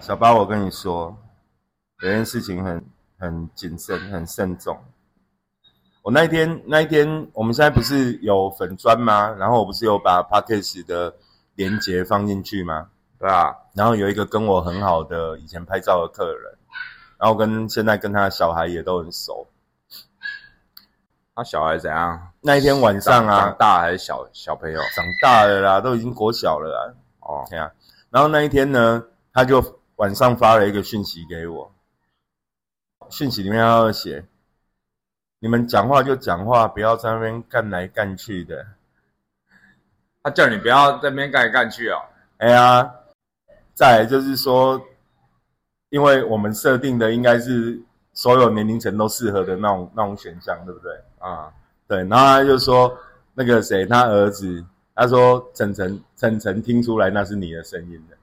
小八，我跟你说，有件事情很谨慎、很慎重。我那一天，我们现在不是有粉专吗？然后我不是有把 Podcast 的连结放进去吗？ 对啊。 然后有一个跟我很好的以前拍照的客人，然后现在跟他的小孩也都很熟。 他小孩怎样？ 那一天晚上啊， 长大还是小朋友？ 长大了啦，都已经国小了啦。 哦， 对啊。然后那一天呢，他就晚上发了一个讯息给我，讯息里面要写：你们讲话就讲话，不要在那边干来干去的。 他叫你不要在那边干来干去哦。 哎呀，再来就是说，因为我们设定的应该是所有年龄层都适合的那种选项，对不对？ 啊， 对。然后他就说那个谁，他儿子，他说晨晨听出来那是你的声音的。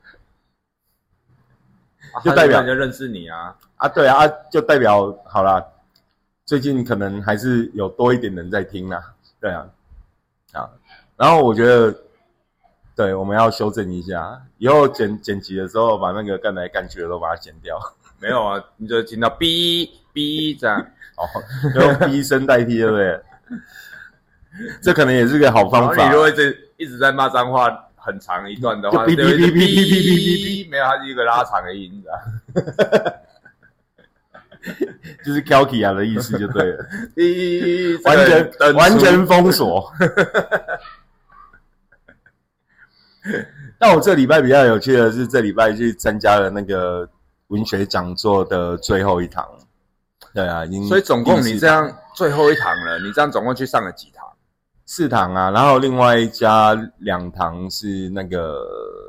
就代表就认识你啊。 对啊，就代表好啦，最近可能还是有多一点人在听啦。对啊。然后我觉得对，我们要修正一下，以后剪辑的时候把那个干来干去的都把它剪掉。 没有啊，你就听到哔哔这样。 哦，用哔声代替，对不对？这可能也是个好方法。 你如果一直在骂脏话很长一段的话， 就哔哔哔哔哔哔哔， 没有，它是一个拉长的音的。就是 Kelky 啊的意思就对了。完全封锁。但我这礼拜比较有趣的是，这礼拜去参加了那个文学讲座的最后一堂。对啊， 所以总共你这样最后一堂了，你这样总共去上了几堂 ？4堂啊，然后另外加2堂是那个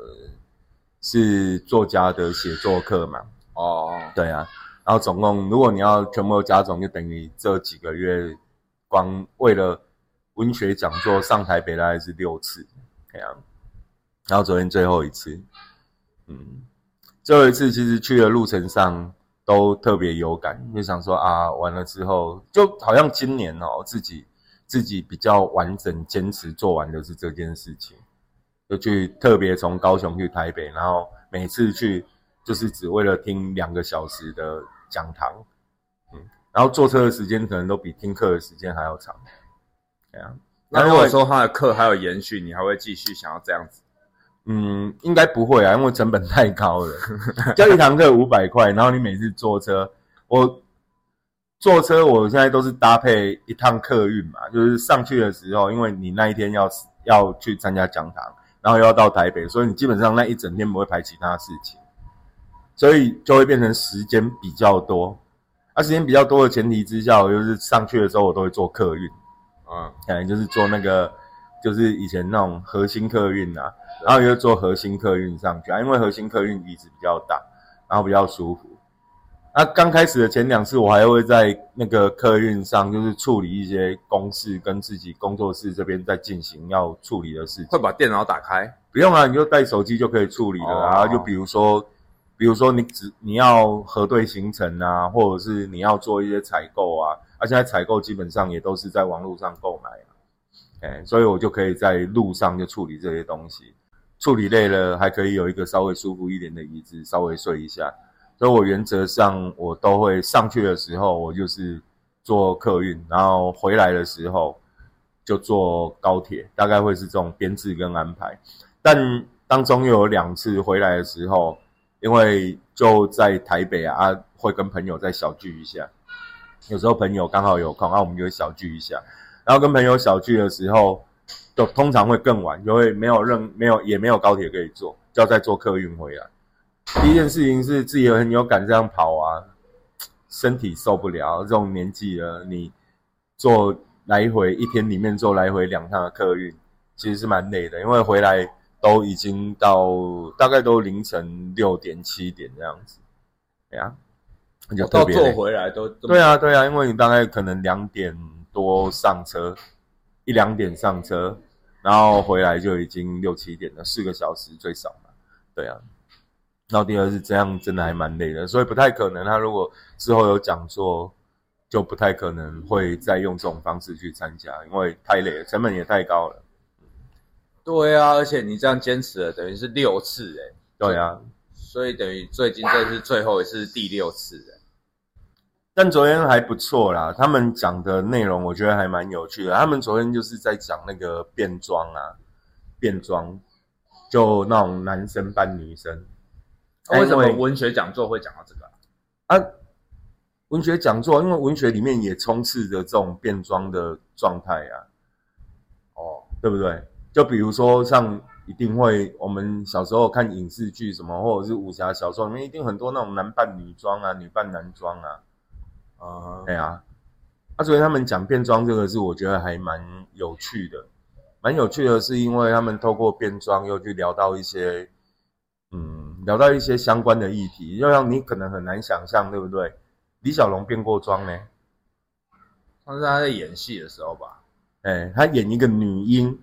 是作家的写作课嘛。 哦，对啊。然后总共如果你要全部都加总，就等于这几个月光为了文学讲座上台北大概是6次。对啊。然后昨天最后一次。最后一次其实去的路程上都特别有感，就想说啊，完了之后就好像今年自己比较完整坚持做完的是这件事情，就去特别从高雄去台北，然后每次去就是只为了听2个小时的讲堂。然后坐车的时间可能都比听课的时间还要长。对啊。 那如果说他的课还有延续，你还会继续想要这样子？ 应该不会啊，因为成本太高了。教一堂课500块，然后你每次坐车，我现在都是搭配一趟客运嘛，就是上去的时候，因为你那一天要去参加讲堂，然后又要到台北，所以你基本上那一整天不会排其他事情，所以就会变成时间比较多。时间比较多的前提之下，我就是上去的时候我都会坐客运。可能就是坐那个就是以前那种核心客运啊，然后就坐核心客运上去啊，因为核心客运椅子比较大，然后比较舒服。刚开始的前2次我还会在那个客运上就是处理一些公事跟自己工作室这边在进行要处理的事情。 会把电脑打开？ 不用啊，你就带手机就可以处理了啊。就比如说你要核对行程啊，或者是你要做一些采购啊，现在采购基本上也都是在网络上购买啊。所以我就可以在路上就处理这些东西，处理累了还可以有一个稍微舒服一点的椅子稍微睡一下。所以我原则上我都会上去的时候我就是坐客运，然后回来的时候就坐高铁，大概会是这种编制跟安排。但当中又有2次回来的时候，因为就在台北啊，会跟朋友再小聚一下，有时候朋友刚好有空，我们就会小聚一下。然后跟朋友小聚的时候，就通常会更晚，就会也没有高铁可以坐，就要再坐客运回来。第一件事情是自己很有感这样跑啊，身体受不了，这种年纪了，你坐来回一天里面坐来回2趟的客运，其实是蛮累的，因为回来都已经到大概都凌晨6点7点这样子。对啊，就特别累。 到坐回来都对啊，因为你大概可能2点多上车，1、2点上车，然后回来就已经6、7点了，4个小时最少嘛。对啊。然后第二是这样真的还蛮累的，所以不太可能他如果之后有讲座，就不太可能会再用这种方式去参加，因为太累了，成本也太高了。 对啊，而且你这样坚持了等于是6次。 对啊。 所以等于最近这是最后一次第6次的。 但昨天还不错啦，他们讲的内容我觉得还蛮有趣的。他们昨天就是在讲那个变装啊，变装就那种男生扮女生。 为什么文学讲座会讲到这个啊？文学讲座，因为文学里面也充斥着这种变装的状态啊。哦，对不对？就比如说像一定会，我们小时候看影视剧什么，或者是武侠小说里面，一定很多那种男扮女装啊，女扮男装啊。对啊，所以他们讲变装这个是我觉得还蛮有趣的，蛮有趣的是因为他们透过变装又去聊到一些相关的议题，就让你可能很难想象，对不对？李小龙变过装呢？ 上次他在演戏的时候吧， 他演一个女婴，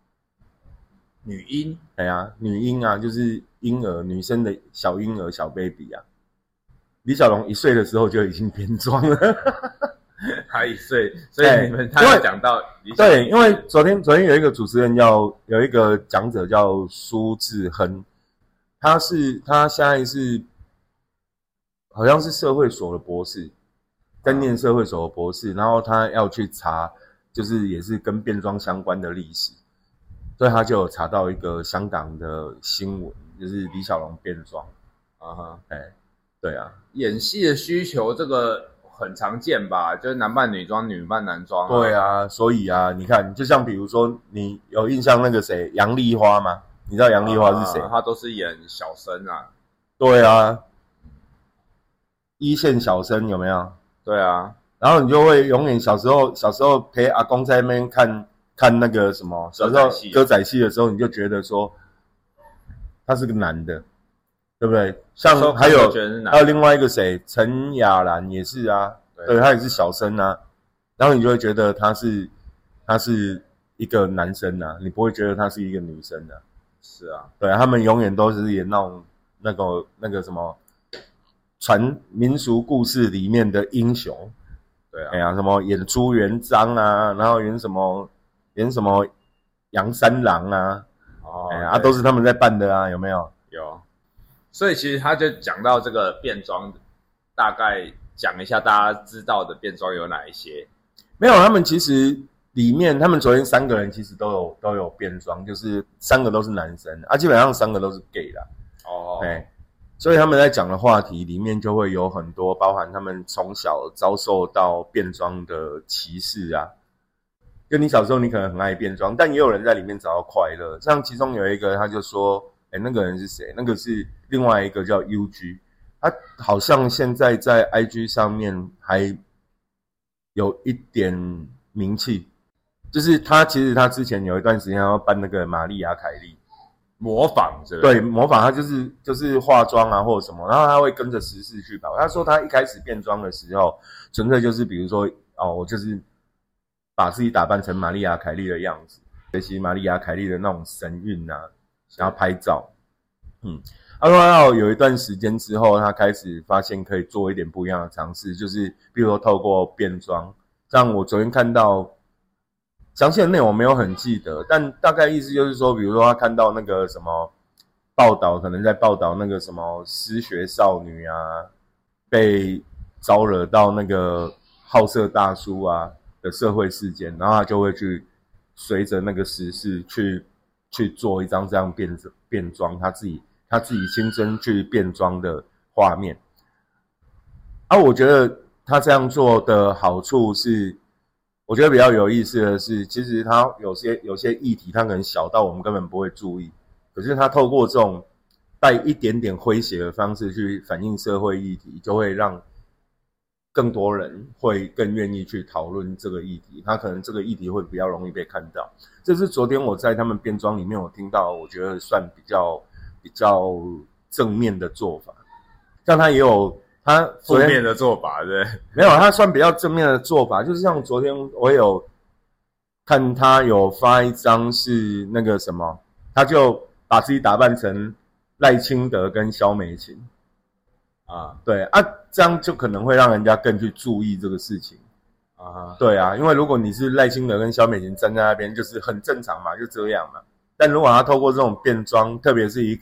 女婴啊，就是婴儿，女生的小婴儿，小 baby 啊。李小龙1岁的时候就已经变装了， 他1岁，所以他有讲到李小龙。 对，因为昨天有一个主持人有一个讲者叫苏志亨，他现在是好像是社会所的博士，在念社会所的博士，然后他要去查，就是也是跟变装相关的历史，所以他就有查到一个香港的新闻，就是李小龙变装。对啊， 演戏的需求这个很常见吧，就是男扮女装，女扮男装。 对啊，所以啊，你看，就像比如说，你有印象那个谁杨丽花吗？你知道杨丽花是谁？ 他都是演小生啊。 对啊，一线小生有没有？ 对啊， 然后你就会永远小时候陪阿公在那边看那个什么，小时候歌仔戏的时候，你就觉得说他是个男的。对不对？像还有另外一个谁，陈雅兰也是啊，对，他也是小生啊，然后你就会觉得他是一个男生啊，你不会觉得他是一个女生啊。 是啊， 对，他们永远都是演那种那个什么传民俗故事里面的英雄。 对啊， 什么演朱元璋啊，然后演什么杨三郎啊，都是他们在扮的啊，有没有？ 有。所以其实他就讲到这个变装，大概讲一下大家知道的变装有哪一些。 没有，他们其实里面他们昨天3个人其实都有变装，就是3个都是男生啊，基本上3个都是 gay 啦。对，所以他们在讲的话题里面就会有很多包含他们从小遭受到变装的歧视啊。就你小时候你可能很爱变装，但也有人在里面找到快乐。像其中有一个他就说，那个人是谁？那个是另外一个叫 UG， 他好像现在在 IG 上面还有一点名气，就是其实他之前有一段时间要扮那个玛丽亚凯莉， 模仿是吧？ 对，模仿他就是化妆啊或者什么，然后他会跟着时事去跑。他说他一开始变装的时候，纯粹就是比如说我就是把自己打扮成玛丽亚凯莉的样子，学习玛丽亚凯莉的那种神韵啊。然后拍照，他说到有一段时间之后，他开始发现可以做一点不一样的尝试，就是比如说透过变装，像我昨天看到详细的内容我没有很记得，但大概意思就是说，比如说他看到那个什么报道，可能在报道那个什么失学少女啊，被招惹到那个好色大叔啊的社会事件，然后他就会去随着那个时事去做一张这样变装，他自己亲身去变装的画面。我觉得他这样做的好处是，我觉得比较有意思的是，其实他有些议题，他可能小到我们根本不会注意，可是他透过这种带一点点诙谐的方式去反映社会议题，就会让更多人会更愿意去讨论这个议题，他可能这个议题会比较容易被看到。这是昨天我在他们变装里面我听到，我觉得算比较正面的做法。像他也有他负面的做法，对， 没有，他算比较正面的做法，就是像昨天我有看他有发一张是那个什么，他就把自己打扮成赖清德跟萧美琴。对啊，这样就可能会让人家更去注意这个事情对啊，因为如果你是赖清德跟萧美琴站在那边，就是很正常嘛，就这样嘛。但如果他透过这种变装，特别是一个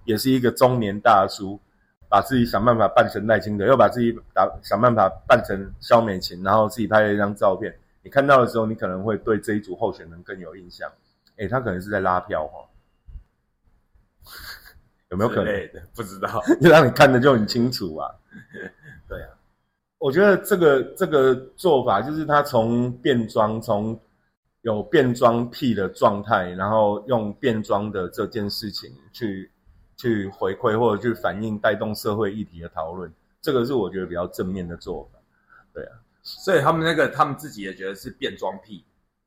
也是一个中年大叔，把自己想办法扮成赖清德，又把自己想办法扮成萧美琴，然后自己拍了一张照片。你看到的时候，你可能会对这一组候选人更有印象。他可能是在拉票齁，有没有可能？ 不知道， 就让你看得就很清楚啊。对啊，我觉得这个做法就是他从变装，从有变装癖的状态，然后用变装的这件事情去回馈或者去反映带动社会议题的讨论，这个是我觉得比较正面的做法。对啊， 所以他们自己也觉得是变装癖，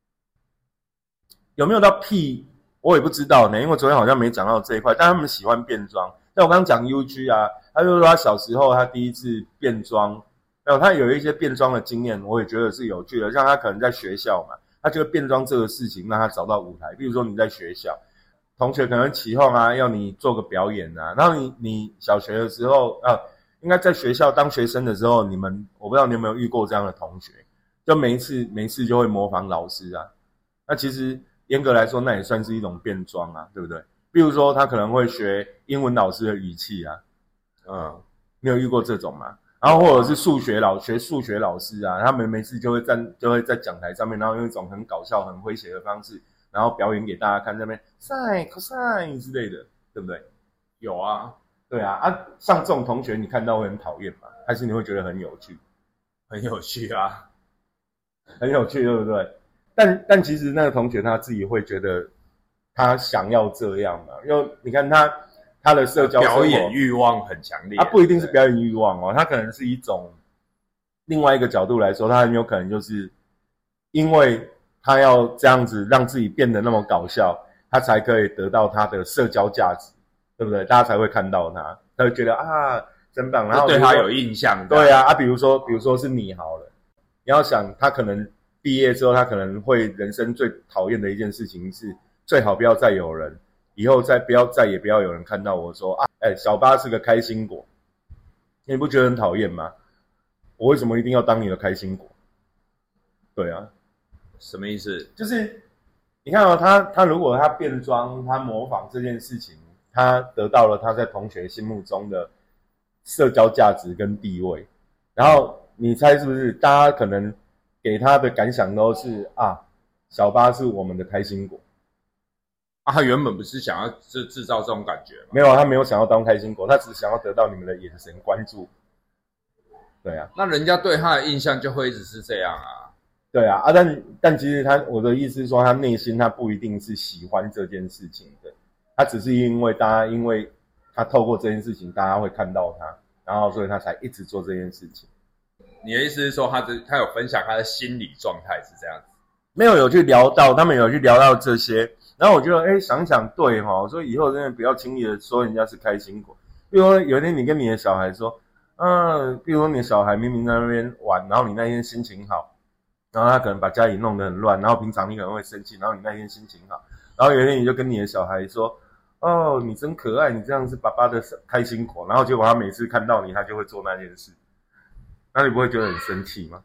有没有到癖我也不知道呢，因为昨天好像没讲到这一块，但他们喜欢变装。像我刚刚讲 UG 啊，他就说他小时候他第一次变装，还有他有一些变装的经验，我也觉得是有趣的。像他可能在学校嘛，他觉得变装这个事情让他找到舞台，比如说你在学校，同学可能起哄啊，要你做个表演啊，然后你小学的时候应该在学校当学生的时候，我不知道你有没有遇过这样的同学，就每一次就会模仿老师啊，那其实严格来说，那也算是一种变装啊，对不对？比如说，他可能会学英文老师的语气啊，你有遇过这种吗？然后或者是学数学老师啊，他们每次就会在讲台上面，然后用一种很搞笑、很诙谐的方式，然后表演给大家看，在那边 sin、cosine 之类的，对不对？ 有啊， 对啊，像这种同学，你看到会很讨厌吗？还是你会觉得很有趣？ 很有趣啊， 很有趣，对不对？但其实那个同学他自己会觉得他想要这样嘛，因为你看他的社交生活表演欲望很强烈， 他不一定是表演欲望哦，他可能是一种另外一个角度来说，他很有可能就是因为他要这样子让自己变得那么搞笑，他才可以得到他的社交价值，对不对？大家才会看到他会觉得真棒，然后对他有印象。 对啊，比如说是你好了，你要想他可能毕业之后，他可能会人生最讨厌的一件事情是，最好不要再有人，以后再也不要有人看到我说小八是个开心果，你不觉得很讨厌吗？我为什么一定要当你的开心果？对啊， 什么意思？ 就是你看他如果他变装，他模仿这件事情，他得到了他在同学心目中的社交价值跟地位，然后你猜是不是大家可能给他的感想都是小八是我们的开心果他原本不是想要制造这种感觉吗？ 没有，他没有想要当开心果，他只是想要得到你们的眼神关注。对啊， 那人家对他的印象就会一直是这样啊。 对啊，但其实我的意思是说，他内心他不一定是喜欢这件事情的，他只是因为他透过这件事情，大家会看到他，然后所以他才一直做这件事情。 你的意思是说，他有分享他的心理状态是这样子？ 没有去聊到，他们有去聊到这些，然后我觉得想想对齁，所以以后真的不要轻易的说人家是开心果。比如说有一天你跟你的小孩说，比如说你的小孩明明在那边玩，然后你那天心情好，然后他可能把家里弄得很乱，然后平常你可能会生气，然后你那天心情好，然后有一天你就跟你的小孩说，你真可爱，你这样是爸爸的开心果，然后结果他每次看到你，他就会做那件事，那你不会觉得很生气吗？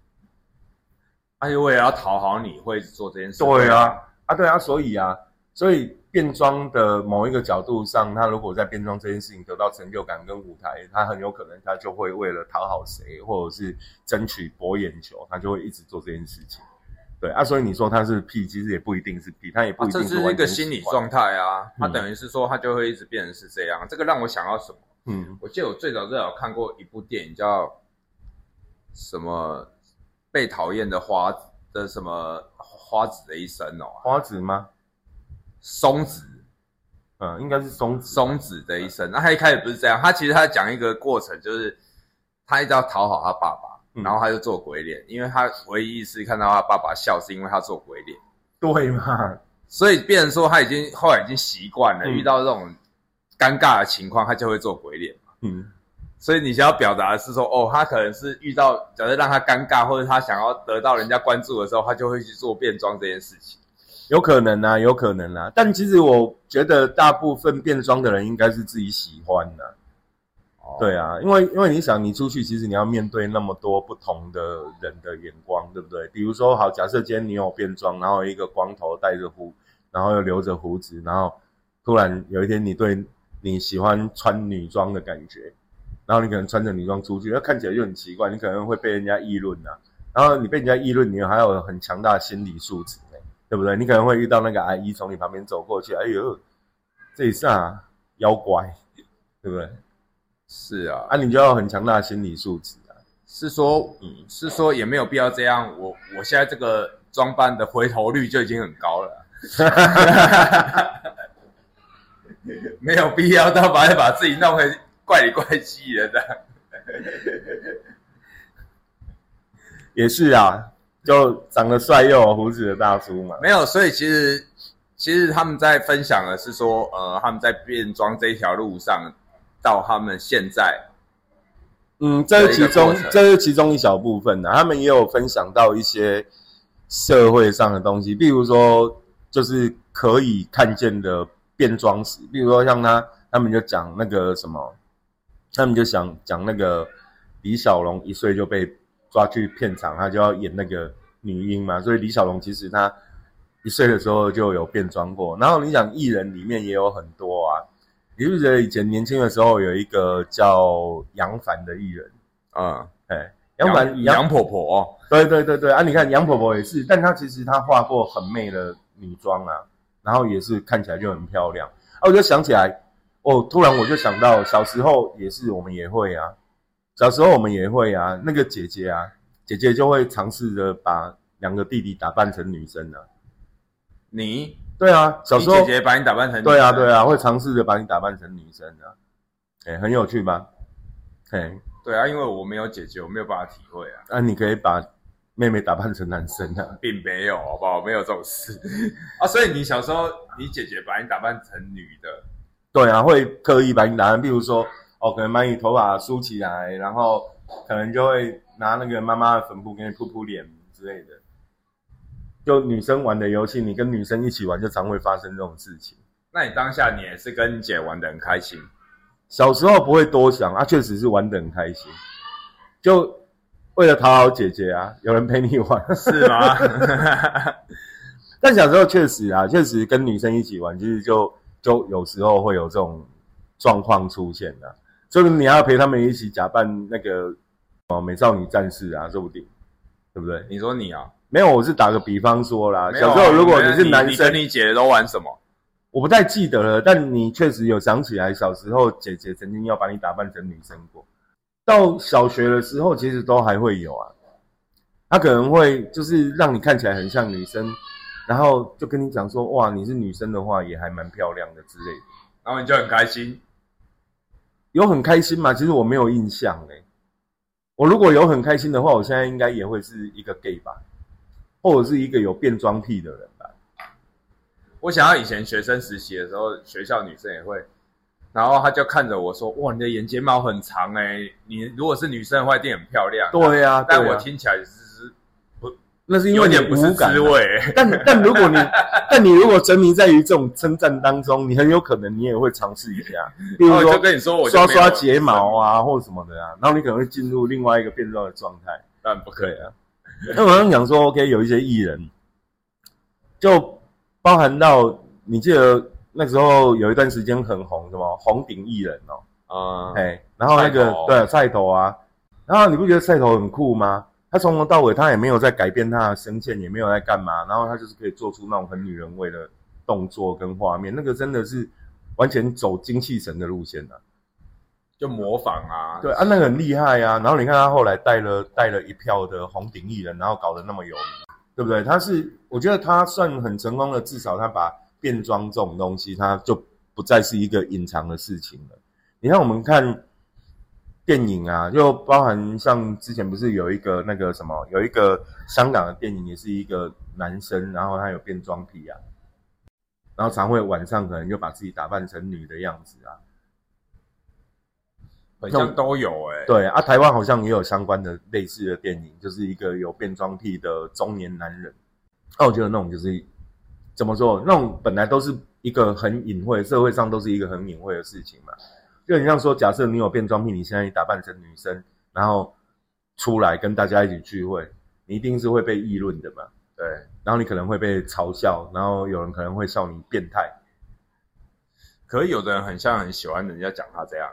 我也要讨好你，会做这件事。 对啊，对啊，所以变装的某一个角度上，他如果在变装这件事情得到成就感跟舞台，他很有可能他就会为了讨好谁，或者是争取博眼球，他就会一直做这件事情。对所以你说他是屁，其实也不一定是屁，他也不一定是这是一个心理状态啊。他等于是说他就会一直变成是这样。这个让我想到什么？我记得我最早看过一部电影叫什么被讨厌的花子的一生花子吗？ 松子， 应该是松子的一生。那他一开始不是这样，他其实他讲一个过程，就是他一直要讨好他爸爸，然后他就做鬼脸，因为他唯一一次看到他爸爸笑，是因为他做鬼脸。 对嘛？ 所以变成说他后来已经习惯了，遇到这种尴尬的情况，他就会做鬼脸嘛。所以你想要表达的是说，他可能是遇到假设让他尴尬，或者他想要得到人家关注的时候，他就会去做变装这件事情。 有可能啊，但其实我觉得大部分变装的人应该是自己喜欢的。对啊，因为你想，你出去其实你要面对那么多不同的人的眼光，对不对？比如说，好，假设今天你有变装，然后一个光头戴着然后又留着胡子，然后突然有一天你对你喜欢穿女装的感觉，然后你可能穿着女装出去，那看起来就很奇怪，你可能会被人家议论啊。然后你被人家议论，你还有很强大的心理素质，对不对？你可能会遇到那个阿姨从你旁边走过去，哎呦，这一下妖怪，对不对？ 是啊， 啊，你就要很强大的心理素质啊。 是说也没有必要这样。我现在这个装扮的回头率就已经很高了，没有必要到把自己弄成怪里怪气的这样。 也是啊，就长得帅又有胡子的大叔嘛。 没有，所以其实他们在分享的是说，他们在变装这一条路上，到他们现在， 这是其中一小部分啊。他们也有分享到一些社会上的东西，比如说就是可以看见的变装史，比如说像他们就讲那个什么，他们就讲那个李小龙1岁就被抓去片场，他就要演那个女婴嘛，所以李小龙其实他1岁的时候就有变装过。然后你讲艺人里面也有很多啊，你不觉得以前年轻的时候有一个叫杨凡的艺人啊？杨婆婆、哦， 对啊！你看杨婆婆也是，但她其实她画过很媚的女装啊，然后也是看起来就很漂亮啊。我就想起来，突然我就想到小时候也是，我们也会啊。小时候我们也会啊，那个姐姐就会尝试着把2个弟弟打扮成女生啊。 你？ 对啊，小时候你姐姐把你打扮成女生？ 对啊，会尝试着把你打扮成女生啊。很有趣吧？ 对啊，因为我没有姐姐，我没有办法体会啊。 那你可以把妹妹打扮成男生啊？ 并没有，好不好？没有这种事啊。所以你小时候，你姐姐把你打扮成女的？ 对啊，会刻意把你打扮，比如说可能把你头发梳起来，然后可能就会拿那个妈妈的粉扑给你扑脸之类的。就女生玩的游戏，你跟女生一起玩，就常会发生这种事情。 那你当下你也是跟你姐玩得很开心？ 小时候不会多想啊，确实是玩得很开心，就为了讨好姐姐啊，有人陪你玩， 是吗？ 但小时候确实跟女生一起玩，其实就有时候会有这种状况出现啊，所以你要陪他们一起假扮那个美少女战士啊，说不定，对不对？ 你说你啊？ 没有，我是打个比方说啦，小时候如果你是男生， 你跟你姐都玩什么？ 我不太记得了，但你确实有想起来，小时候姐姐曾经要把你打扮成女生过。到小学的时候，其实都还会有啊。她可能会就是让你看起来很像女生，然后就跟你讲说，哇，你是女生的话也还蛮漂亮的之类的， 然后你就很开心。 有很开心吗？其实我没有印象我如果有很开心的话，我现在应该也会是一个 gay 吧，或者是一个有变装癖的人吧。 我想要以前学生实习的时候，学校女生也会，然后她就看着我说：“哇，你的眼睫毛很长你如果是女生的话，一定很漂亮。” 对啊， 但我听起来那是因为你不是滋味。 但如果你如果沉迷在于这种称赞当中，你很有可能你也会尝试一下，比如说就跟你说我刷睫毛啊，或者什么的啊，然后你可能会进入另外一个变装的状态。 当然不可以啊。 那我刚刚讲说 ，OK， 有一些艺人，就包含到你记得那时候有一段时间很红，什么红顶艺人然后那个对菜头啊，然后你不觉得菜头很酷吗？他从头到尾他也没有在改变他的声线，也没有在干嘛，然后他就是可以做出那种很女人味的动作跟画面，那个真的是完全走精气神的路线啊， 就模仿啊， 对啊，那个很厉害啊。然后你看他后来带了一票的红顶艺人，然后搞得那么有名，对不对？我觉得他算很成功的，至少他把变装这种东西，他就不再是一个隐藏的事情了。你看我们看电影啊，就包含像之前不是有一个那个什么，有一个香港的电影也是一个男生，然后他有变装癖啊，然后常会晚上可能就把自己打扮成女的样子啊， 好像都有对啊，台湾好像也有相关的类似的电影，就是一个有变装癖的中年男人。我觉得那种就是怎么说，那种本来都是一个很隐晦，社会上都是一个很隐晦的事情嘛。就很像说，假设你有变装癖，你现在打扮成女生，然后出来跟大家一起聚会，你一定是会被议论的嘛，对。然后你可能会被嘲笑，然后有人可能会笑你变态。 可是有的人很喜欢人家讲他这样，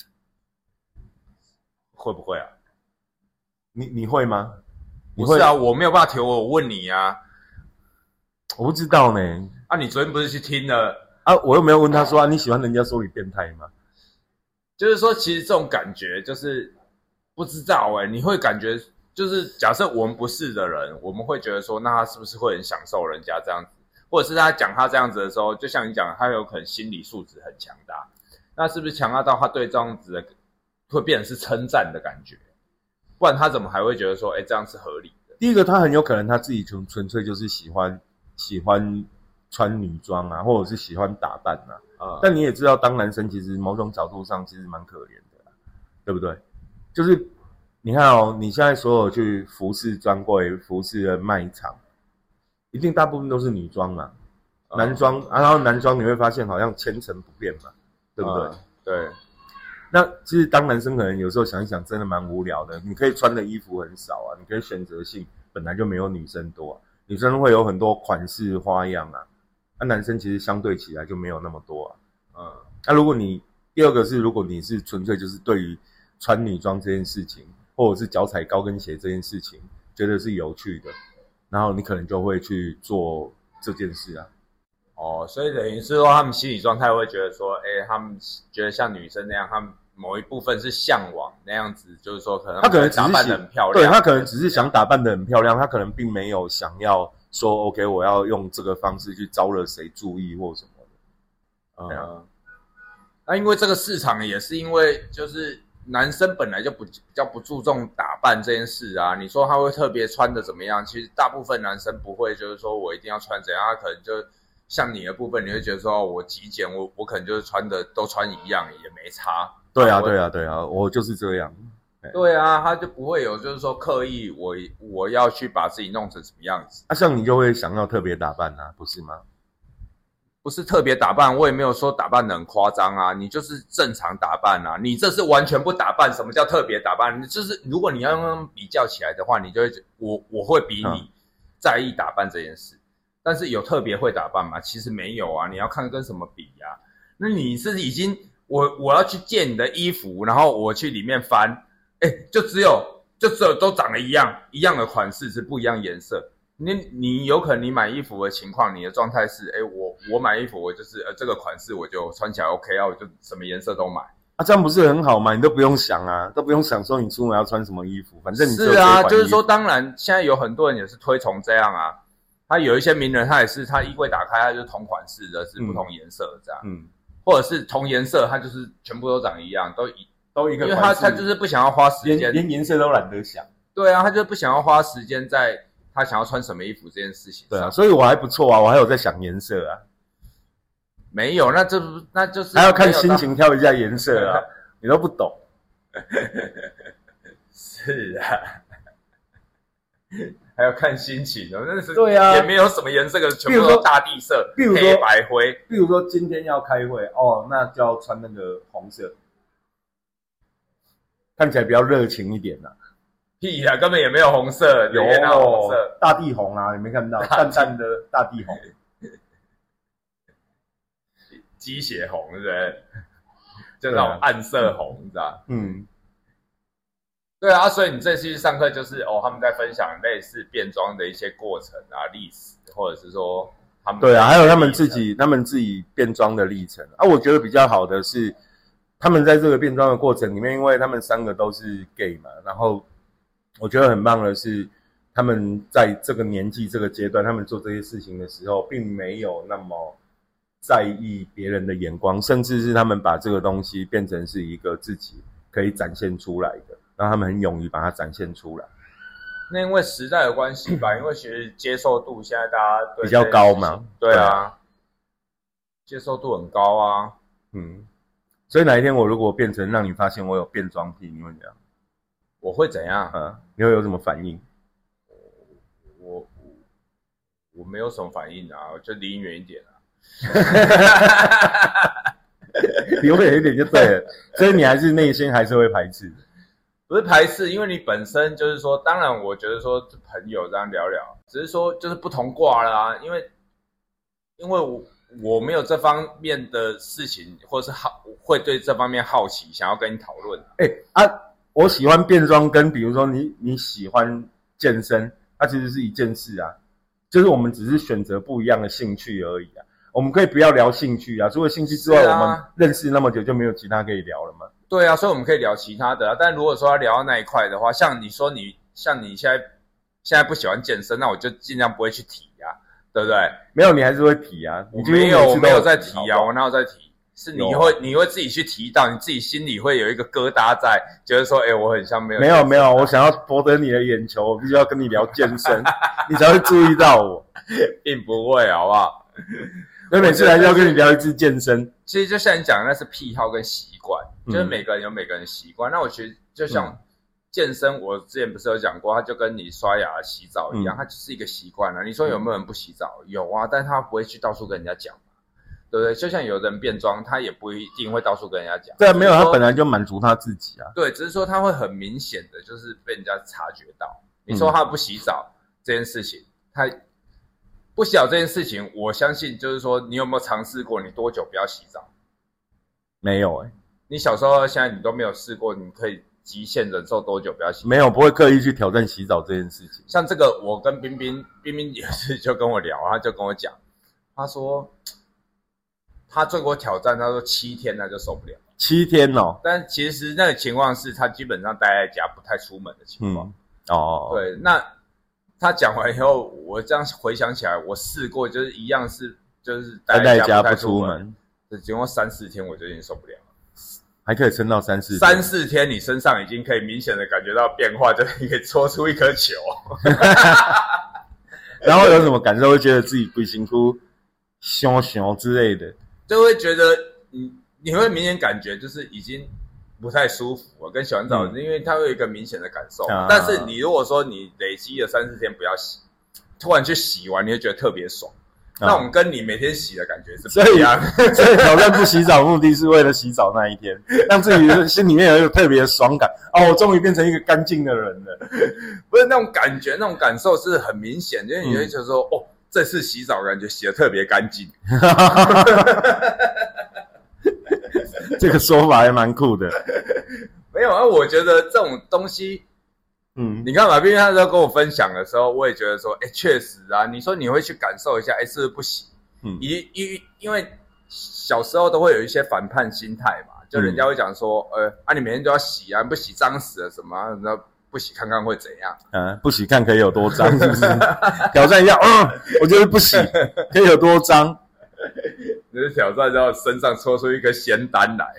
会不会啊？ 你会吗？ 不是啊，我没有办法提，我问你啊。 我不知道呢。 啊，你昨天不是去听了啊？我又没有问他说啊，你喜欢人家说你变态吗？ 就是说，其实这种感觉就是不知道你会感觉就是假设我们不是的人，我们会觉得说，那他是不是会很享受人家这样子，或者是他讲他这样子的时候，就像你讲，他有可能心理素质很强大，那是不是强大到他对这样子的会变成是称赞的感觉？不然他怎么还会觉得说，这样是合理的？ 第一个，他很有可能他自己纯粹就是喜欢穿女装啊，或者是喜欢打扮啊。但你也知道，当男生其实某种角度上其实蛮可怜的啦，对不对？就是你看哦，你现在所有去服饰专柜、服饰的卖场，一定大部分都是女装嘛，男装然后男装你会发现好像千成不变嘛，对不对？ 对。 那其实当男生可能有时候想一想，真的蛮无聊的。你可以穿的衣服很少啊，你可以选择性本来就没有女生多啊，女生会有很多款式花样啊，那男生其实相对起来就没有那么多啊。那如果你第二个是，如果你是纯粹就是对于穿女装这件事情，或者是脚踩高跟鞋这件事情，觉得是有趣的，然后你可能就会去做这件事啊。 所以等于是说他们心理状态会觉得说，他们觉得像女生那样，他们某一部分是向往那样子，就是说可能他可能只是打扮得很漂亮， 对，他可能只是想打扮得很漂亮，他可能并没有想要说 OK 我要用这个方式去招惹谁注意或什么的。 那因为这个市场也是因为就是男生本来就比较不注重打扮这件事啊，你说他会特别穿的怎么样，其实大部分男生不会就是说我一定要穿怎样，他可能就像你的部分，你会觉得说我极简，我可能就是穿的都穿一样也没差。 对啊，我就是这样。 对啊，他就不会有就是说刻意我要去把自己弄成什么样子。 像你就会想要特别打扮啊，不是吗？ 不是特别打扮，我也没有说打扮的很夸张啊，你就是正常打扮啊，你这是完全不打扮。什么叫特别打扮？就是如果你要用比较起来的话，你就会我会比你在意打扮这件事。但是有特别会打扮吗？其实没有啊，你要看跟什么比啊。那你是已经我要去借你的衣服，然后我去里面翻，就只有都长得一样的款式，是不一样颜色。你有可能你买衣服的情况，你的状态是，我买衣服我就是这个款式我就穿起来 OK 啊，我就什么颜色都买啊，这样不是很好吗？你都不用想啊，都不用想说你出门要穿什么衣服，反正你是啊，就是说，当然现在有很多人也是推崇这样啊。他有一些名人，他也是他衣柜打开，他就是同款式的，是不同颜色这样，或者是同颜色，他就是全部都长一样，都一个款式，因为他就是不想要花时间， 连颜色都懒得想。 对啊，他就是不想要花时间在他想要穿什么衣服这件事情上。 对啊，所以我还不错啊，我还有在想颜色啊。 没有，那就是还要看心情挑一下颜色啊，你都不懂。 是啊。还要看心情哦，那是对啊， 也没有什么颜色，全部都大地色，黑白灰。 比如说今天要开会那就要穿那个红色，看起来比较热情一点啊。 屁呀，根本也没有红色， 有红色， 大地红啊，你没看到淡淡的大地红， 鸡血红，对不对？就那种暗色红，你知道？对啊，所以你这次去上课就是他们在分享类似变装的一些过程啊、历史，或者是说他们对啊，还有他们自己变装的历程啊。我觉得比较好的是，他们在这个变装的过程里面，因为他们3个都是 gay 嘛，然后我觉得很棒的是，他们在这个年纪、这个阶段，他们做这些事情的时候，并没有那么在意别人的眼光，甚至是他们把这个东西变成是一个自己可以展现出来的。让他们很勇于把它展现出来。 那因为时代的关系吧，因为其实接受度现在大家对比较高嘛， 对啊，接受度很高啊。 所以哪一天我如果变成让你发现我有变装癖，你会怎样？ 我会怎样？ 你会有什么反应？ 我没有什么反应啊，我就离你远一点啊。 离我远一点就对了，所以你还是内心还是会排斥的。 不是排斥，因为你本身就是说，当然我觉得说朋友这样聊聊，只是说就是不同挂啦，因为我没有这方面的事情，或是会对这方面好奇，想要跟你讨论。 我喜欢变装，跟比如说你喜欢健身，它其实是一件事啊，就是我们只是选择不一样的兴趣而已啊。我们可以不要聊兴趣啊，除了兴趣之外，我们认识那么久就没有其他可以聊了吗？ 对啊，所以我们可以聊其他的啊。但如果说要聊到那一块的话，像你说像你现在不喜欢健身，那我就尽量不会去提啊，对不对？ 没有，你还是会提啊。 我没有在提啊，我哪有在提？是你会自己去提到，你自己心里会有一个疙瘩在，觉得说，我很像没有。 没有，我想要博得你的眼球，我必须要跟你聊健身，你才会注意到我， 并不会，好不好？ 所以每次来就要跟你聊一次健身。 其实就像你讲的，那是癖好跟习惯，就是每个人有每个人的习惯。那我觉得就像健身，我之前不是有讲过，它就跟你刷牙、洗澡一样，它就是一个习惯啊。你说有没有人不洗澡？有啊，但是他不会去到处跟人家讲嘛，对不对？就像有人变装，他也不一定会到处跟人家讲。 对啊，没有，他本来就满足他自己啊。 对，只是说他会很明显的就是被人家察觉到。你说他不洗澡这件事情，他不洗澡这件事情，我相信就是说，你有没有尝试过？你多久不要洗澡？ 没有你小时候、现在你都没有试过，你可以极限忍受多久不要洗澡？ 没有，不会刻意去挑战洗澡这件事情。 像这个，我跟冰冰也是就跟我聊，他就跟我讲，他说他做过挑战，他说7天他就受不了。 7天哦？ 但其实那个情况是他基本上待在家，不太出门的情况。对，那他讲完以后，我这样回想起来，我试过，就是一样是就是待在家不太出门，经过3-4天我就已经受不了了。 还可以撑到3-4天 ？3-4天，你身上已经可以明显的感觉到变化，就是你可以搓出一颗球。 然后有什么感受？会觉得自己鬼辛苦、熊之类的， 就会觉得你会明显感觉就是已经不太舒服了，跟洗完澡，因为它会有一个明显的感受。但是你如果说你累积了3-4天不要洗，突然去洗完，你会觉得特别爽。那我们跟你每天洗的感觉是不一样。 所以挑战不洗澡，目的是为了洗澡那一天，让自己心里面有一个特别的爽感。我终于变成一个干净的人了。 不是那种感觉，那种感受是很明显，因为你会觉得说，这次洗澡感觉洗得特别干净。 这个说法还蛮酷的。 没有啊，我觉得这种东西，你看马斌他在跟我分享的时候，我也觉得说，确实啊，你说你会去感受一下，是不是不洗？因为小时候都会有一些反叛心态嘛，就人家会讲说，你每天都要洗啊，你不洗脏死了什么？那不洗看看会怎样？ 不洗看可以有多脏，是不是？挑战一下，我觉得不洗可以有多脏。 就是挑战到身上搓出一个仙丹来。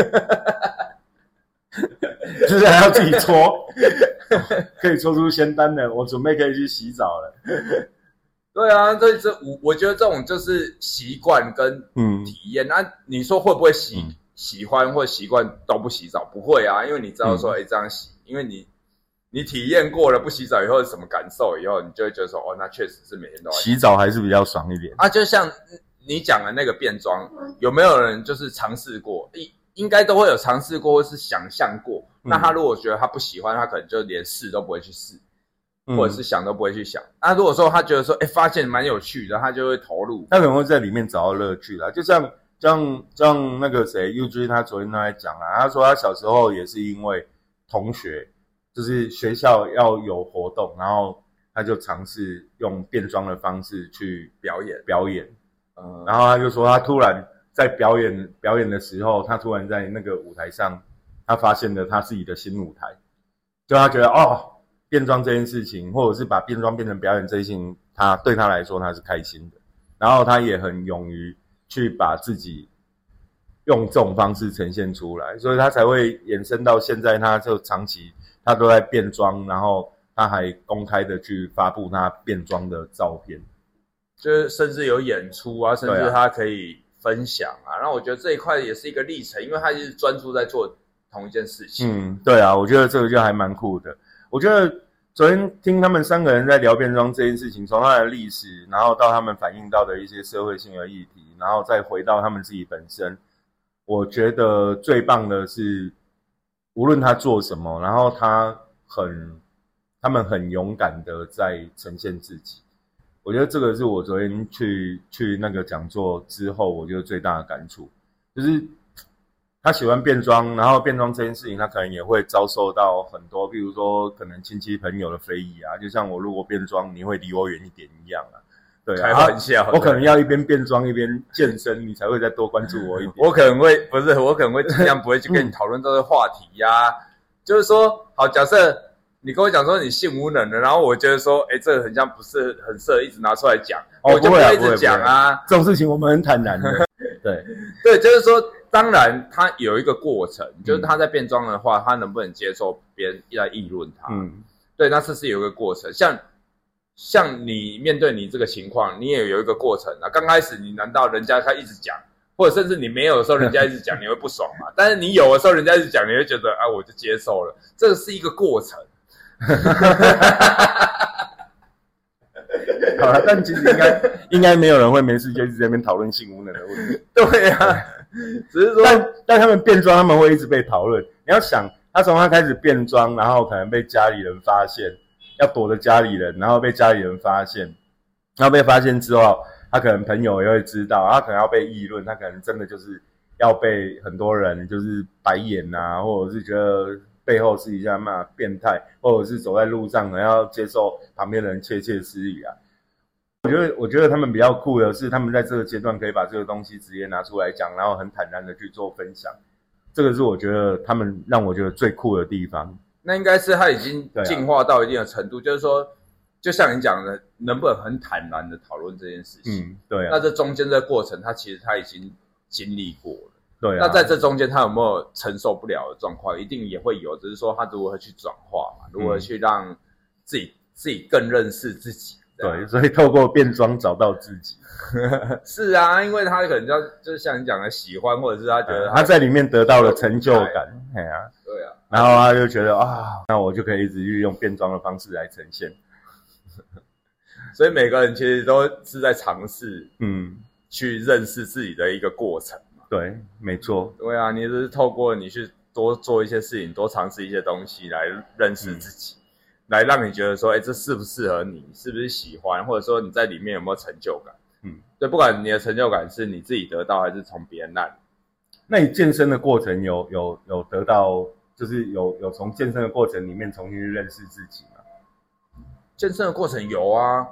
就是还要自己搓，可以搓出仙丹的，我准备可以去洗澡了。 对啊，我觉得这种就是习惯跟体验。那你说会不会喜欢或习惯都不洗澡？不会啊，因为你知道说，这样洗，因为你体验过了不洗澡以后是什么感受，以后你就会觉得说，那确实是每天都要洗澡还是比较爽一点啊。就像你讲的那个变装，有没有人就是尝试过？应该都会有尝试过，或是想象过。那他如果觉得他不喜欢，他可能就连试都不会去试，或者是想都不会去想。那如果说他觉得说，发现蛮有趣的，他就会投入。 他可能会在里面找到乐趣啦。就像那个谁 UG 他昨天都在讲啊，他说他小时候也是因为同学，就是学校要有活动，然后他就尝试用变装的方式去表演。然后他就说他突然在表演的时候，他突然在那个舞台上，他发现了他自己的新舞台，就他觉得变装这件事情，或者是把变装变成表演这件事情，对他来说他是开心的，然后他也很勇于去把自己用这种方式呈现出来，所以他才会衍生到现在，他就长期他都在变装，然后他还公开的去发布他变装的照片， 就是甚至有演出啊，甚至他可以分享啊。那我觉得这一块也是一个历程，因为他一直专注在做同一件事情。 对啊，我觉得这个就还蛮酷的。我觉得昨天听他们3个人在聊变装这件事情，从他的历史，然后到他们反映到的一些社会性的议题，然后再回到他们自己本身，我觉得最棒的是，无论他做什么，然后他们很勇敢的在呈现自己。 我觉得这个是我昨天去那个讲座之后，我觉得最大的感触，就是他喜欢变装，然后变装这件事情，他可能也会遭受到很多，比如说可能亲戚朋友的非议啊，就像我如果变装，你会离我远一点一样啊。对啊， 开玩笑， 我可能要一边变装一边健身，你才会再多关注我一点。 我可能会尽量不会去跟你讨论这个话题呀。就是说，好，假设你跟我讲说你性无能的，然后我觉得说，这个很像不是很适合一直拿出来讲，我就不会一直讲啊。 这种事情我们很坦然的。 对，就是说，当然他有一个过程，就是他在变装的话，他能不能接受别人来议论他？对，那这是有一个过程。像你面对你这个情况，你也有一个过程啊。刚开始你难道人家他一直讲，或者甚至你没有的时候人家一直讲，你会不爽吗？但是你有的时候人家一直讲，你会觉得啊，我就接受了。这个是一个过程。 好了，但其实应该没有人会没事就一直在那边讨论性无能的问题。 对啊，只是说， 但他们变装，他们会一直被讨论。你要想，他从他开始变装，然后可能被家里人发现，要躲着家里人，然后被家里人发现，然后被发现之后，他可能朋友也会知道，他可能要被议论，他可能真的就是要被很多人就是白眼啊，或者是觉得背后私底下骂变态，或者是走在路上可能要接受旁边的人窃窃私语啊。我觉得他们比较酷的是，他们在这个阶段可以把这个东西直接拿出来讲，然后很坦然的去做分享。这个是我觉得他们让我觉得最酷的地方。 那应该是他已经进化到一定的程度，就是说，就像你讲的，能不能很坦然的讨论这件事情？ 对啊。 那这中间的过程，他其实他已经经历过了。 对啊。 那在这中间，他有没有承受不了的状况？一定也会有，只是说他如何去转化嘛，如何去让自己更认识自己。 对，所以透过变装找到自己。 是啊，因为他可能就是像你讲的喜欢，或者是他觉得他在里面得到了成就感。对啊。然后他就觉得那我就可以一直用变装的方式来呈现。 所以每个人其实都是在尝试，去认识自己的一个过程嘛。 对，没错。 对啊，你只是透过你去多做一些事情，多尝试一些东西来认识自己。来让你觉得说，这适不适合你，是不是喜欢，或者说你在里面有没有成就感？对，不管你的成就感是你自己得到还是从别人那里。 那你健身的过程有得到，就是有从健身的过程里面重新去认识自己吗？ 健身的过程有啊，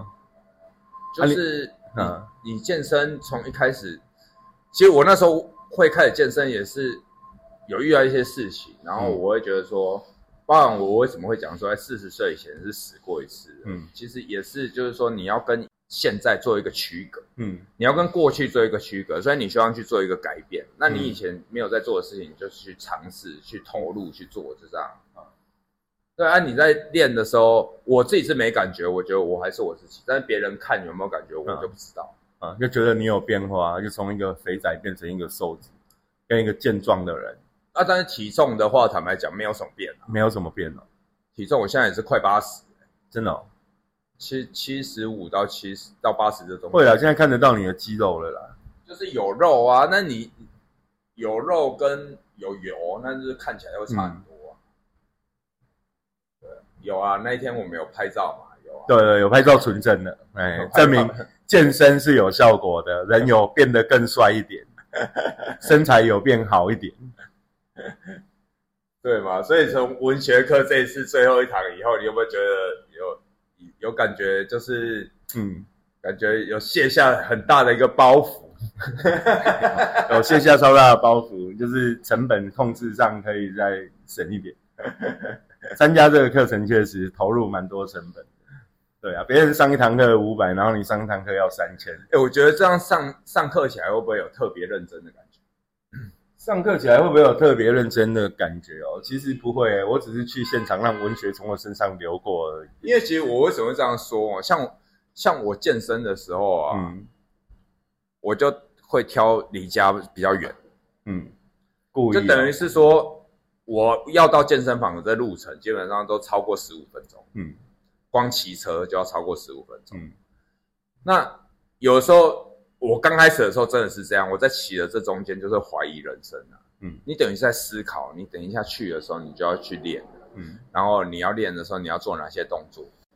就是你健身从一开始，其实我那时候会开始健身也是有遇到一些事情，然后我会觉得说。包含我为什么会讲说在40岁以前是死过一次的，其实也是就是说你要跟现在做一个区隔，你要跟过去做一个区隔，所以你希望去做一个改变，那你以前没有在做的事情，你就去尝试去投入去做，就这样对啊，你在练的时候，我自己是没感觉，我觉得我还是我自己，但是别人看有没有感觉，我就不知道就觉得你有变化，就从一个肥仔变成一个瘦子，跟一个健壮的人。 但是体重的话，坦白讲没有什么变没有什么变体重我现在也是快80， 真的 75到70到80这种。 会啦，现在看得到你的肌肉了啦。 就是有肉啊，那你有肉跟有油，那就是看起来会差很多对，有啊，那一天我们有拍照嘛，有啊。 对，有拍照存证的，证明健身是有效果的，人有变得更帅一点，身材有变好一点。 对嘛？所以从文学课这一次最后一堂以后，你有没有觉得有感觉？就是感觉有卸下很大的一个包袱， 有卸下超大的包袱，就是成本控制上可以再省一点。参加这个课程确实投入蛮多成本。对啊，别人上一堂课500，然后你上一堂课要3000。 我觉得这样上课起来会不会有特别认真的感觉？ 上课起来会不会有特别认真的感觉其实不会我只是去现场让文学从我身上流过而已。 因为其实我为什么会这样说像我健身的时候我就会挑离家比较远， 故意就等于是说我要到健身房的这路程基本上都超过15分钟，光骑车就要超过15分钟，那有的时候。我刚开始的时候真的是这样，我在骑的这中间就是怀疑人生你等于是在思考，你等一下去的时候你就要去练然后你要练的时候你要做哪些动作，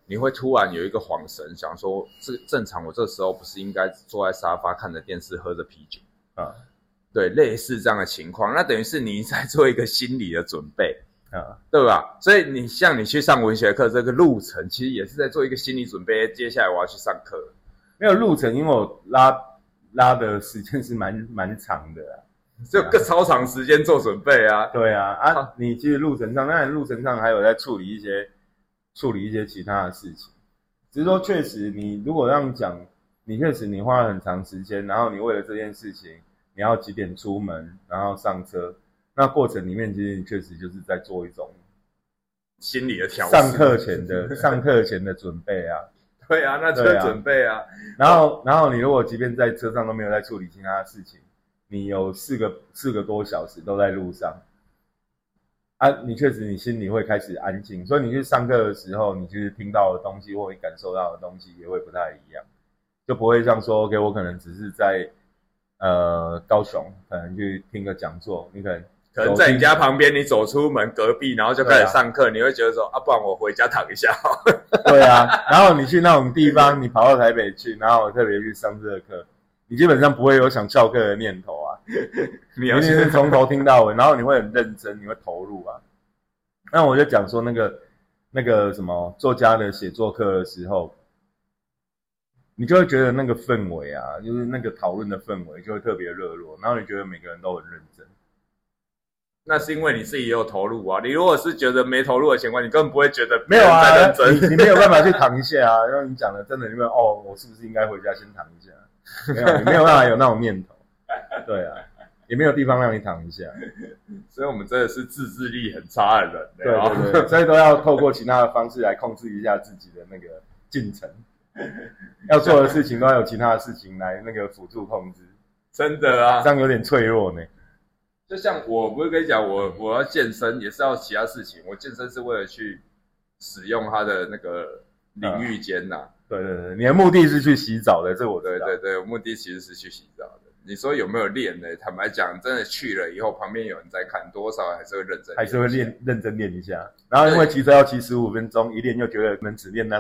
你会突然有一个恍神，想说这正常，我这时候不是应该坐在沙发看着电视喝着啤酒啊？对，类似这样的情况，那等于是你在做一个心理的准备啊，对吧？所以你像你去上文学课这个路程，其实也是在做一个心理准备，接下来我要去上课。 没有路程，因为我拉的时间是蛮长的啊， 就更超长时间做准备啊。 对啊，你其实路程上，当然路程上还有在处理一些其他的事情，只是说确实你如果这样讲，你确实你花了很长时间，然后你为了这件事情，你要几点出门，然后上车，那过程里面其实你确实就是在做一种心理的调试， 上课前的准备啊。 对啊，那就是准备啊。 然后你如果即便在车上都没有在处理其他的事情，你有四个多小时都在路上啊，你确实你心里会开始安静，所以你去上课的时候，你就是听到的东西或你感受到的东西也会不太一样，就不会像说 OK 我可能只是在高雄可能去听个讲座，你可能在你家旁边，你走出门隔壁，然后就开始上课，你会觉得说啊，不然我回家躺一下好了。 对啊，然后你去那种地方，你跑到台北去，然后特别去上这个课，你基本上不会有想翘课的念头啊，你一定是从头听到尾，然后你会很认真，你会投入啊。那我就讲说那个什么作家的写作课的时候，你就会觉得那个氛围啊，就是那个讨论的氛围就会特别热络，然后你觉得每个人都很认真。 那是因为你自己也有投入啊。你如果是觉得没投入的情况，你根本不会觉得没有啊， 在认真。 你没有办法去躺一下啊。像你讲的，真的，你们我是不是应该回家先躺一下？没有，你没有办法有那种念头。对啊，也没有地方让你躺一下。 所以我们真的是自制力很差的人。 对，所以都要透过其他的方式来控制一下自己的那个进程。要做的事情都要有其他的事情来那个辅助控制。 真的啊， 这样有点脆弱呢。 就像我不是跟你讲，我要健身也是要其他事情。我健身是为了去使用它的那个淋浴间呐。 对，你的目的是去洗澡的，这我知道。 对，我目的其实是去洗澡的。你说有没有练呢？坦白讲，真的去了以后，旁边有人在看，多少还是会认真， 还是会认真练一下。然后因为骑车要骑15分钟，一练又觉得不能只练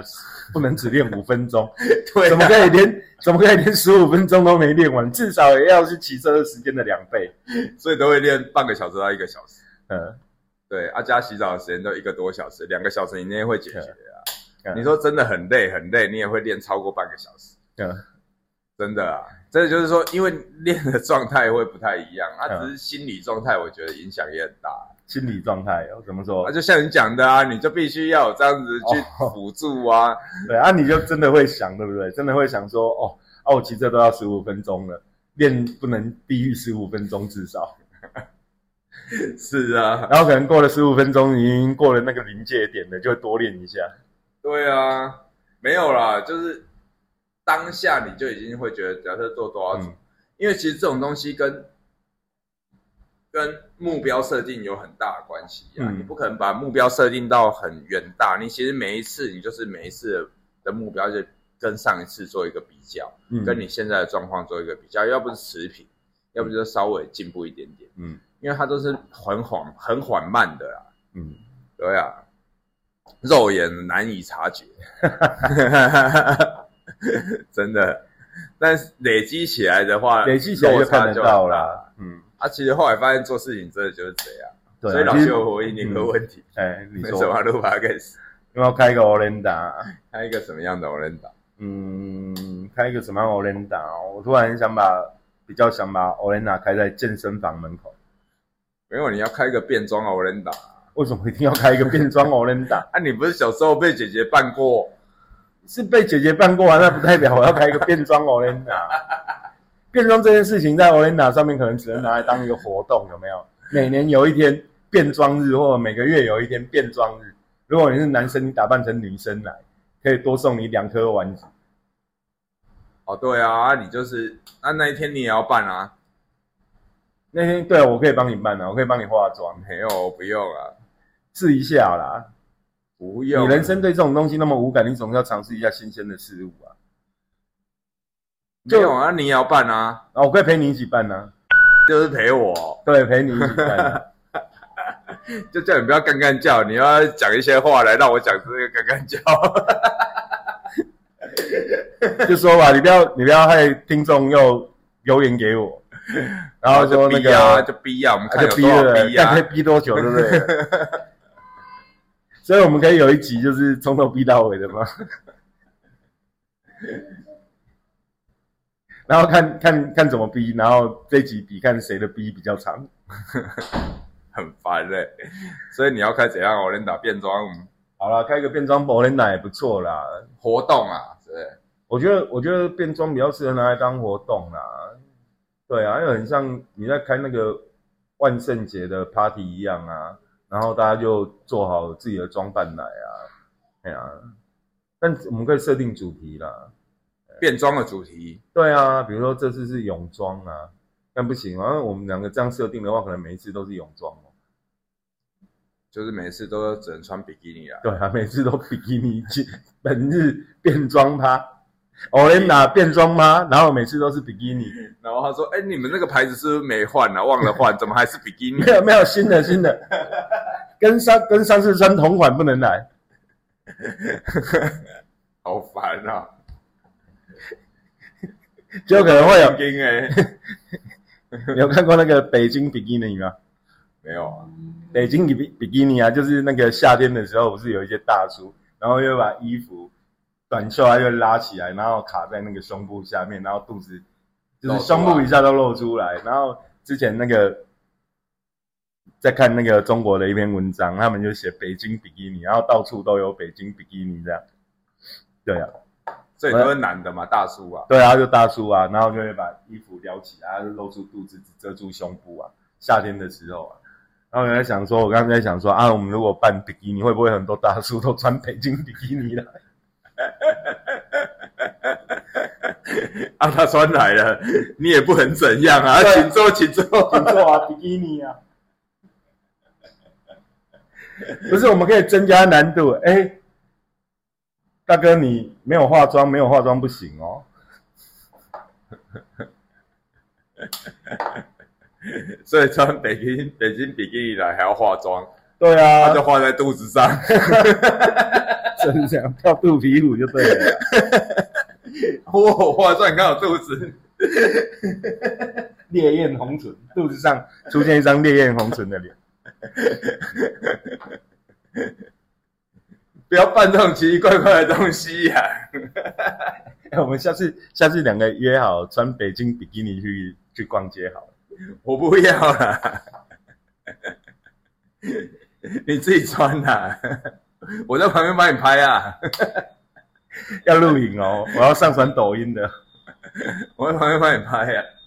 5分钟，对、啊，怎么可以连15分钟都没练完？至少也要是骑车的时间的2倍， 所以都会练半个小时到1个小时。对，加洗澡的时间都1个多小时，2个小时以内会解决啊。你说真的很累，你也会练超过半个小时。真的啊，真的就是说，因为练的状态会不太一样，只是心理状态，我觉得影响也很大。 心理状态怎么说？ 就像你讲的啊，你就必须要有这样子去辅助啊。 对啊，你就真的会想，对不对？真的会想说，我骑车都要15分钟了，练不能低于15分钟至少。 是啊， 然后可能过了15分钟，已经过了那个临界点了，就会多练一下。 对啊，没有啦，就是当下你就已经会觉得，假设做多少组，因为其实这种东西跟目标设定有很大的关系啊。你不可能把目标设定到很远大，你其实每一次的目标就跟上一次做一个比较，跟你现在的状况做一个比较，要不是持平，要不就稍微进步一点点。因为它都是很缓慢的啦。对啊，肉眼难以察觉。真的，但是累积起来的话， 累积起来就看得到啦。 其实后来发现做事情真的就是这样。 对， 所以老师有回应你个问题。 你说为什么录 podcast？ 因为要开一个 Olenda， 开一个什么样的 Olenda？ 开一个什么样的 Olenda？ 我突然比较想把 Olenda 开在健身房门口。 没有，你要开一个变装 Olenda。 为什么一定要开一个变装 Olenda？ 你不是小时候被姐姐扮过？ 是被姐姐扮过啊，那不代表我要开一个变装 Olenda。变装这件事情在 Olenda 上面可能只能拿来当一个活动，有没有？每年有一天变装日，或者每个月有一天变装日。如果你是男生，你打扮成女生来，可以多送你2颗丸子。 对啊，你就是那一天你也要扮啊。 那天对啊，我可以帮你扮啊，我可以帮你化妆。 没有，不用啊， 试一下啦。 不用。 你人生对这种东西那么无感，你总要尝试一下新鲜的事物啊。 没有啊，你也要扮啊。 我可以陪你一起扮啊。 就是陪我。 对，陪你一起扮啊。 就叫你不要干干叫，你要讲一些话来让我讲这个干干叫。 就说吧，你不要害听众又留言给我，然后说那个就逼啊，我们看有多少逼啊， 看可以逼多久，对不对？所以我们可以有一集就是从头逼到尾的吗？然后看怎么逼，然后这集比看谁的逼比较长， 很烦所以你要开怎样？我能打变装？ 好啦，开个变装保龄奶也不错啦， 活动啊，对。 我觉得变装比较适合拿来当活动啦，对啊，因为很像你在开那个万圣节的 party 一样啊，然后大家就做好自己的装扮来啊，哎呀，但我们可以设定主题啦。 变装的主题， 对啊，比如说这次是泳装啊，但不行啊，我们两个这样设定的话，可能每一次都是泳装哦， 就是每次都只能穿比基尼啦。 对啊，每次都比基尼本日变装趴 ，Olena 变装趴，然后每次都是比基尼， 然后他说：“你们那个牌子是不是没换啊？忘了换，怎么还是比基尼？” 没有新的，跟上次穿同款不能来， 好烦啊！ 就可能会有你有看过那个北京比基尼吗？ 没有啊， 北京比基尼啊，就是那个夏天的时候，不是有一些大叔，然后又把衣服短袖啊又拉起来，然后卡在那个胸部下面，然后肚子就是胸部以下都露出来。然后之前那个在看那个中国的一篇文章，他们就写北京比基尼，然后到处都有北京比基尼这样。对啊。 这里都是男的嘛，大叔啊。 对啊，就大叔啊，然后就会把衣服撩起来，就露出肚子，只遮住胸部啊。夏天的时候啊，然后我在想说，我刚才在想说啊，我们如果办比基尼，会不会很多大叔都穿北京比基尼来？ 啊，他穿来了，你也不能怎样啊，请坐啊，比基尼啊。不是，我们可以增加难度，大哥，你没有化妆不行哦。 所以穿北京比基尼来还要化妆？ 对啊， 他就画在肚子上， 真这样跳肚皮舞就对了。 我化妆，你看我肚子， 烈焰红唇，肚子上出现一张烈焰红唇的脸。 不要办这种奇奇怪怪的东西呀！ 我们下次两个约好穿北京比基尼去逛街好了。 我不要啦，你自己穿啦，我在旁边帮你拍啊。 要录影哦，我要上传抖音的。 我在旁边帮你拍啊。